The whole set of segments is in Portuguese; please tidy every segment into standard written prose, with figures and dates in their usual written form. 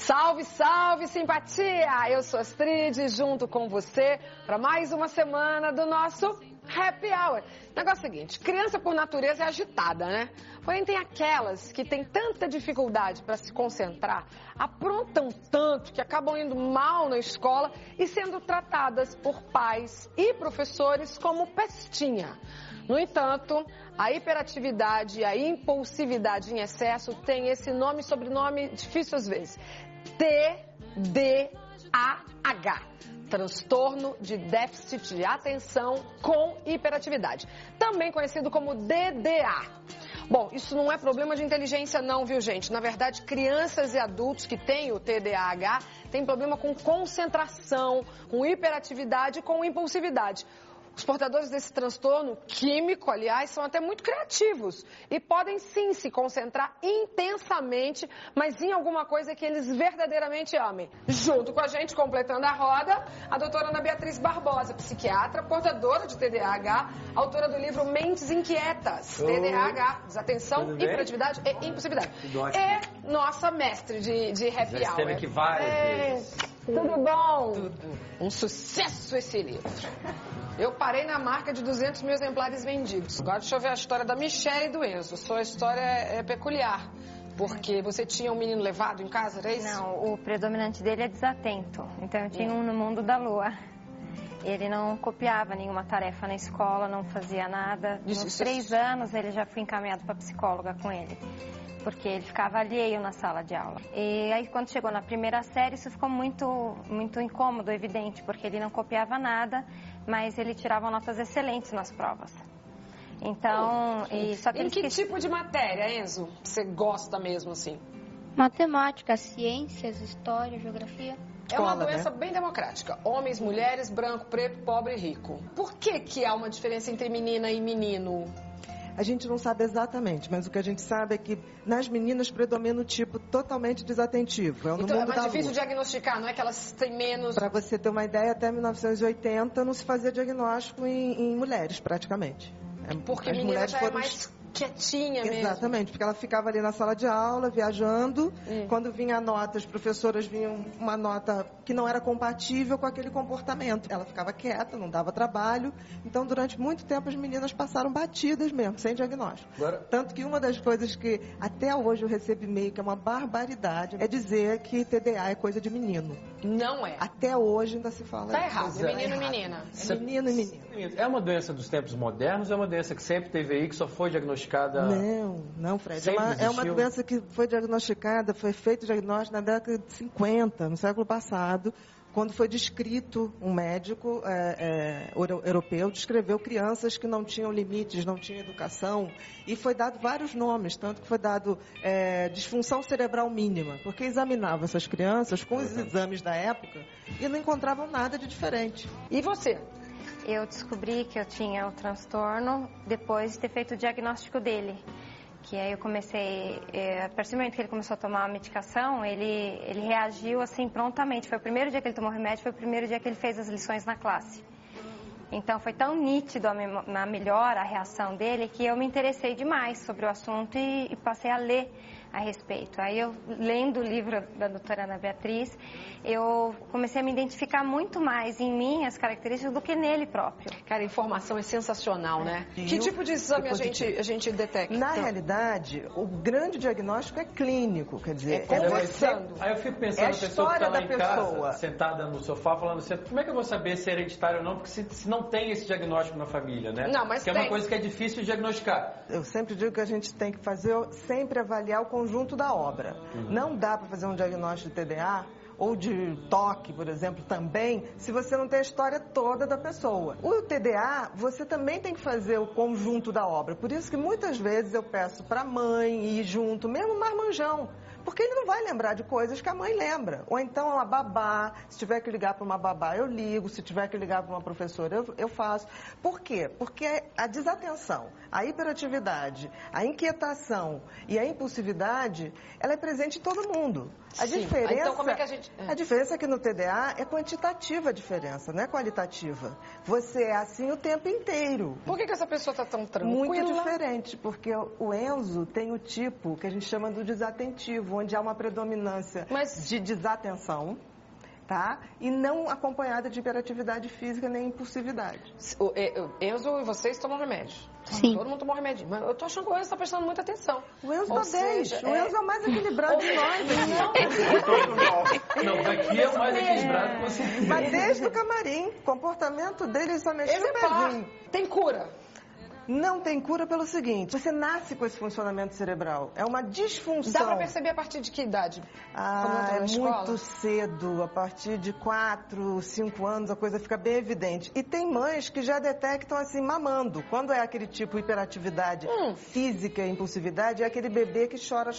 Salve, salve, simpatia! Eu sou Astrid, junto com você, para mais uma semana do nosso Happy Hour. O negócio é o seguinte, criança por natureza é agitada, né? Porém tem aquelas que têm tanta dificuldade para se concentrar, aprontam tanto que acabam indo mal na escola e sendo tratadas por pais e professores como pestinha. No entanto, a hiperatividade e a impulsividade em excesso tem esse nome e sobrenome difícil às vezes. TDAH, transtorno de déficit de atenção com hiperatividade, também conhecido como DDA. Bom, isso não é problema de inteligência não, viu gente? Na verdade, crianças e adultos que têm o TDAH têm problema com concentração, com hiperatividade e com impulsividade. Os portadores desse transtorno químico, aliás, são até muito criativos e podem sim se concentrar intensamente, mas em alguma coisa que eles verdadeiramente amem. Junto com a gente, completando a roda, a doutora Ana Beatriz Barbosa, psiquiatra, portadora de TDAH, autora do livro Mentes Inquietas, TDAH, desatenção, hiperatividade e impulsividade. E nossa mestre de happy hour. Esteve aqui várias vezes. Tudo bom? Tudo. Um sucesso esse livro. Eu parei na marca de 200 mil exemplares vendidos. Agora deixa eu ver a história da Michelle e do Enzo. Sua história é peculiar. Porque você tinha um menino levado em casa, era isso? Não, o predominante dele é desatento. Então eu tinha um no mundo da lua. Ele não copiava nenhuma tarefa na escola, não fazia nada. Nos 3 anos ele já foi encaminhado para psicóloga com ele. Porque ele ficava alheio na sala de aula. E aí, quando chegou na primeira série, isso ficou muito incômodo, evidente, porque ele não copiava nada, mas ele tirava notas excelentes nas provas. Então, só que em que tipo de matéria, Enzo, você gosta mesmo, assim? Matemática, ciências, história, geografia. É uma doença bem democrática. Homens, mulheres, branco, preto, pobre e rico. Por que há uma diferença entre menina e menino? A gente não sabe exatamente, mas o que a gente sabe é que nas meninas predomina o tipo totalmente desatentivo. Então é mais difícil diagnosticar, não é que elas têm menos... Para você ter uma ideia, até 1980 não se fazia diagnóstico em mulheres, praticamente. Porque a menina já é mais quietinha mesmo. Exatamente, porque ela ficava ali na sala de aula, viajando. Quando vinha a nota, as professoras vinham uma nota que não era compatível com aquele comportamento. Ela ficava quieta, não dava trabalho. Então, durante muito tempo, as meninas passaram batidas mesmo, sem diagnóstico. Tanto que uma das coisas que até hoje eu recebo e-mail, que é uma barbaridade, é dizer que TDA é coisa de menino. Não é. Até hoje ainda se fala. Tá errado, é menino e menina. É menino e menina. É uma doença dos tempos modernos ou é uma doença que sempre teve aí, que só foi diagnosticada? Não, Fred. É uma doença que foi diagnosticada, foi feito o diagnóstico na década de 50, no século passado, quando foi descrito, um médico europeu descreveu crianças que não tinham limites, não tinham educação, e foi dado vários nomes, tanto que foi dado disfunção cerebral mínima, porque examinava essas crianças com os exames da época e não encontravam nada de diferente. E você? Eu descobri que eu tinha o transtorno depois de ter feito o diagnóstico dele. Que aí eu comecei, a partir do momento que ele começou a tomar a medicação, ele reagiu assim prontamente. Foi o primeiro dia que ele tomou remédio, foi o primeiro dia que ele fez as lições na classe. Então foi tão nítido na melhora a reação dele que eu me interessei demais sobre o assunto e passei a ler a respeito. Aí eu, lendo o livro da doutora Ana Beatriz, eu comecei a me identificar muito mais em mim, as características, do que nele próprio. Cara, a informação é sensacional, né? Que tipo de exame a gente detecta? Na realidade, o grande diagnóstico é clínico, quer dizer, conversando. Aí eu fico pensando, a pessoa que está lá em casa, sentada no sofá, falando assim, como é que eu vou saber se é hereditário ou não? Porque se não tem esse diagnóstico na família, né? Não, mas que é uma coisa que é difícil de diagnosticar. Eu sempre digo que a gente tem que fazer, sempre avaliar o conjunto da obra. Não dá para fazer um diagnóstico de TDA ou de toque, por exemplo, também, se você não tem a história toda da pessoa. O TDA, você também tem que fazer o conjunto da obra. Por isso que muitas vezes eu peço para a mãe ir junto, mesmo marmanjão, porque ele não vai lembrar de coisas que a mãe lembra. Ou então uma babá, se tiver que ligar para uma babá, eu ligo, se tiver que ligar para uma professora, eu faço. Por quê? Porque a desatenção, a hiperatividade, a inquietação e a impulsividade, ela é presente em todo mundo. A diferença, então, como é que a diferença é que no TDA é quantitativa a diferença, não é qualitativa. Você é assim o tempo inteiro. Por que essa pessoa está tão tranquila? Muito diferente, porque o Enzo tem o tipo que a gente chama do desatentivo. excessivo, onde há uma predominância de desatenção, tá? E não acompanhada de hiperatividade física nem impulsividade. Enzo e vocês tomam remédio? Sim. Todo mundo tomou remédio. Mas eu tô achando que o Enzo está prestando muita atenção. O Enzo dá 10. O Enzo é o mais equilibrado de nós. Não, daqui é o mais equilibrado que você. Mas desde o camarim, o comportamento dele só mexeu o pezinho. Tem cura? Não tem cura pelo seguinte, você nasce com esse funcionamento cerebral. É uma disfunção. Dá pra perceber a partir de que idade? É muito cedo. A partir de 4, 5 anos a coisa fica bem evidente. E tem mães que já detectam assim, mamando. Quando é aquele tipo de hiperatividade física e impulsividade, é aquele bebê que chora,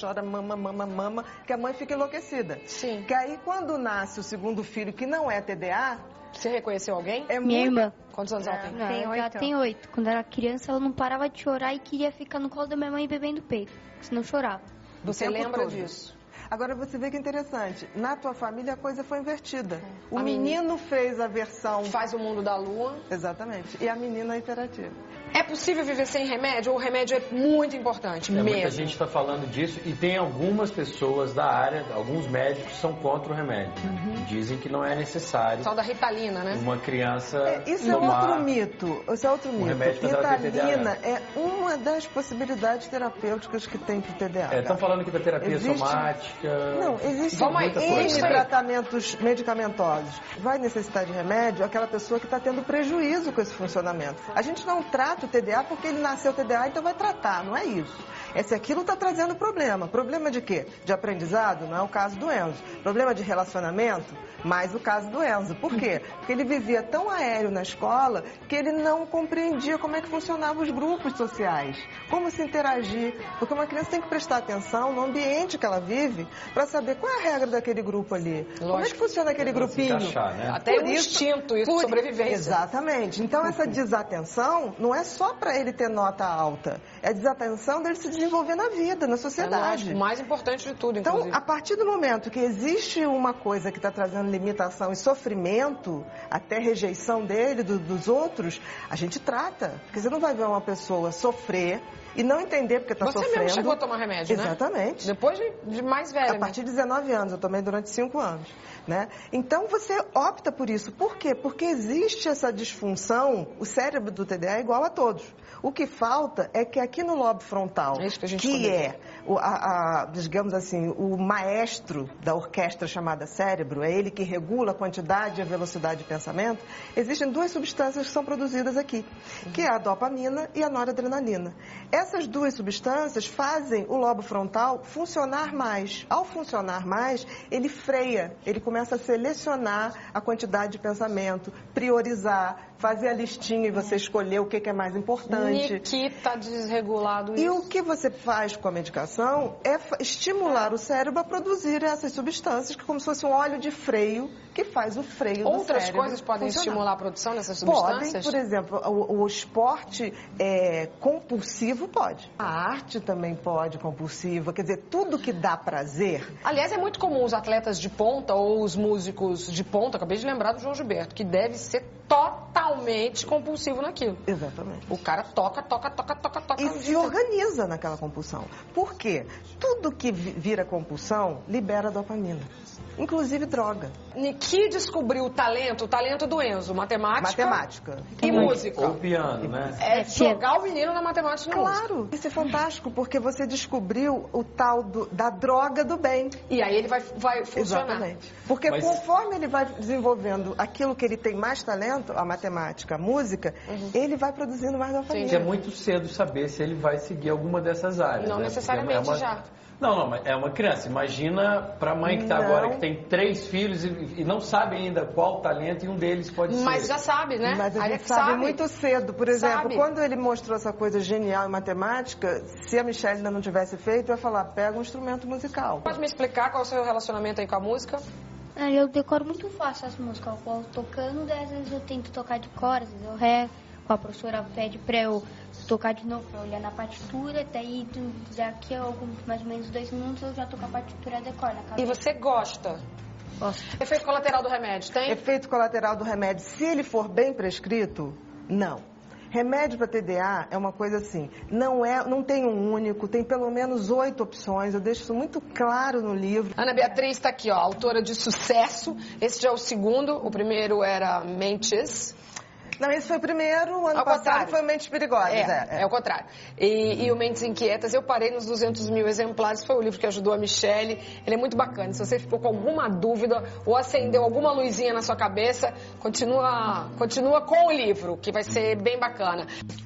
mama, que a mãe fica enlouquecida. Sim. Que aí quando nasce o segundo filho, que não é TDA... Você reconheceu alguém? Minha irmã. Quantos anos ela tem? Ela tem 8. Quando era criança, ela não parava de chorar e queria ficar no colo da minha mãe bebendo peito, senão chorava. Você lembra disso? Agora você vê que é interessante. Na tua família a coisa foi invertida. O menino fez a versão... Faz o mundo da lua. Exatamente. E a menina é hiperativa. É possível viver sem remédio ou o remédio é muito importante mesmo? Muita gente está falando disso e tem algumas pessoas da área, alguns médicos que são contra o remédio. Dizem que não é necessário. Tal da Ritalina, né? Uma criança isso tomar é outro mito. Isso é outro mito. Ritalina é uma das possibilidades terapêuticas que tem para o TDAH. Estão falando aqui da terapia somática. Não, existem N tratamentos medicamentosos. Vai necessitar de remédio aquela pessoa que está tendo prejuízo com esse funcionamento. A gente não trata o TDA porque ele nasceu TDA, então vai tratar, não é isso. Aquilo está trazendo problema. Problema de quê? De aprendizado? Não é o caso do Enzo. Problema de relacionamento? Mais o caso do Enzo. Por quê? Porque ele vivia tão aéreo na escola que ele não compreendia como é que funcionavam os grupos sociais. Como se interagir. Porque uma criança tem que prestar atenção no ambiente que ela vive para saber qual é a regra daquele grupo ali. Lógico. Como é que funciona aquele grupinho? Encaixar, né? Até o instinto, isso de sobrevivência. Exatamente. Então essa desatenção não é só para ele ter nota alta. É a desatenção dele se desenvolver na vida, na sociedade. O mais importante de tudo, então, inclusive. a partir do momento que existe uma coisa que está trazendo limitação e sofrimento, até rejeição dele, dos outros, a gente trata. Porque você não vai ver uma pessoa sofrer e não entender porque está sofrendo. Você mesmo chegou a tomar remédio, né? Exatamente. Depois de mais velha. A partir de 19 anos, eu tomei durante 5 anos. Né? Então você opta por isso. Por quê? Porque existe essa disfunção, o cérebro do TDA é igual a todos. O que falta é que aqui no lobo frontal, que é, digamos assim, o maestro da orquestra chamada cérebro, é ele que regula a quantidade e a velocidade de pensamento, existem 2 substâncias que são produzidas aqui, que é a dopamina e a noradrenalina. Essas 2 substâncias fazem o lobo frontal funcionar mais. Ao funcionar mais, ele freia, ele começa a selecionar a quantidade de pensamento, priorizar, fazer a listinha e você escolher o que é mais importante. Está desregulado isso. E o que você faz com a medicação é estimular o cérebro a produzir essas substâncias, que é como se fosse um óleo de freio, que faz o freio do cérebro. Outras coisas podem estimular a produção dessas substâncias? Podem, por exemplo, o esporte compulsivo pode. A arte também pode, compulsiva. Quer dizer, tudo que dá prazer. Aliás, é muito comum os atletas de ponta ou os músicos de ponta, acabei de lembrar do João Gilberto, que deve ser totalmente compulsivo naquilo. Exatamente. O cara toca. E se organiza naquela compulsão. Por quê? Tudo que vira compulsão libera dopamina. Inclusive droga. Que descobriu o talento do Enzo, matemática e música. Ou piano, né? Jogar o menino na matemática e na música. Claro, isso é fantástico, porque você descobriu o tal da droga do bem. E aí ele vai funcionar. Exatamente. Porque conforme ele vai desenvolvendo aquilo que ele tem mais talento, a matemática, a música, ele vai produzindo mais dopamina. Sim, é muito cedo saber se ele vai seguir alguma dessas áreas. Não necessariamente já. Não, mas é uma criança. Imagina para a mãe que está agora, que tem 3 filhos e não sabe ainda qual talento e um deles pode ser. Mas já sabe, né? Mas a gente sabe muito cedo. Por exemplo, quando ele mostrou essa coisa genial em matemática, se a Michelle ainda não tivesse feito, eu ia falar, pega um instrumento musical. Pode me explicar qual é o seu relacionamento aí com a música? Eu decoro muito fácil as músicas. Eu vou tocando, daí às vezes eu tento tocar de cor, às vezes eu ré. A professora pede pra eu tocar de novo, pra olhar na partitura, daí daqui a mais ou menos 2 minutos eu já tô com a partitura decor na cabeça. E você gosta? Gosto. Efeito colateral do remédio, tem? Efeito colateral do remédio, se ele for bem prescrito, não. Remédio para TDA é uma coisa assim, não tem um único, tem pelo menos 8 opções, eu deixo isso muito claro no livro. Ana Beatriz está aqui, ó, autora de Sucesso, esse já é o segundo, o primeiro era Mentes. Não, esse foi o primeiro, o ano passado foi Mentes Perigosas. É o contrário. E o Mentes Inquietas, eu parei nos 200 mil exemplares, foi o livro que ajudou a Michele, ele é muito bacana. Se você ficou com alguma dúvida ou acendeu alguma luzinha na sua cabeça, continua com o livro, que vai ser bem bacana.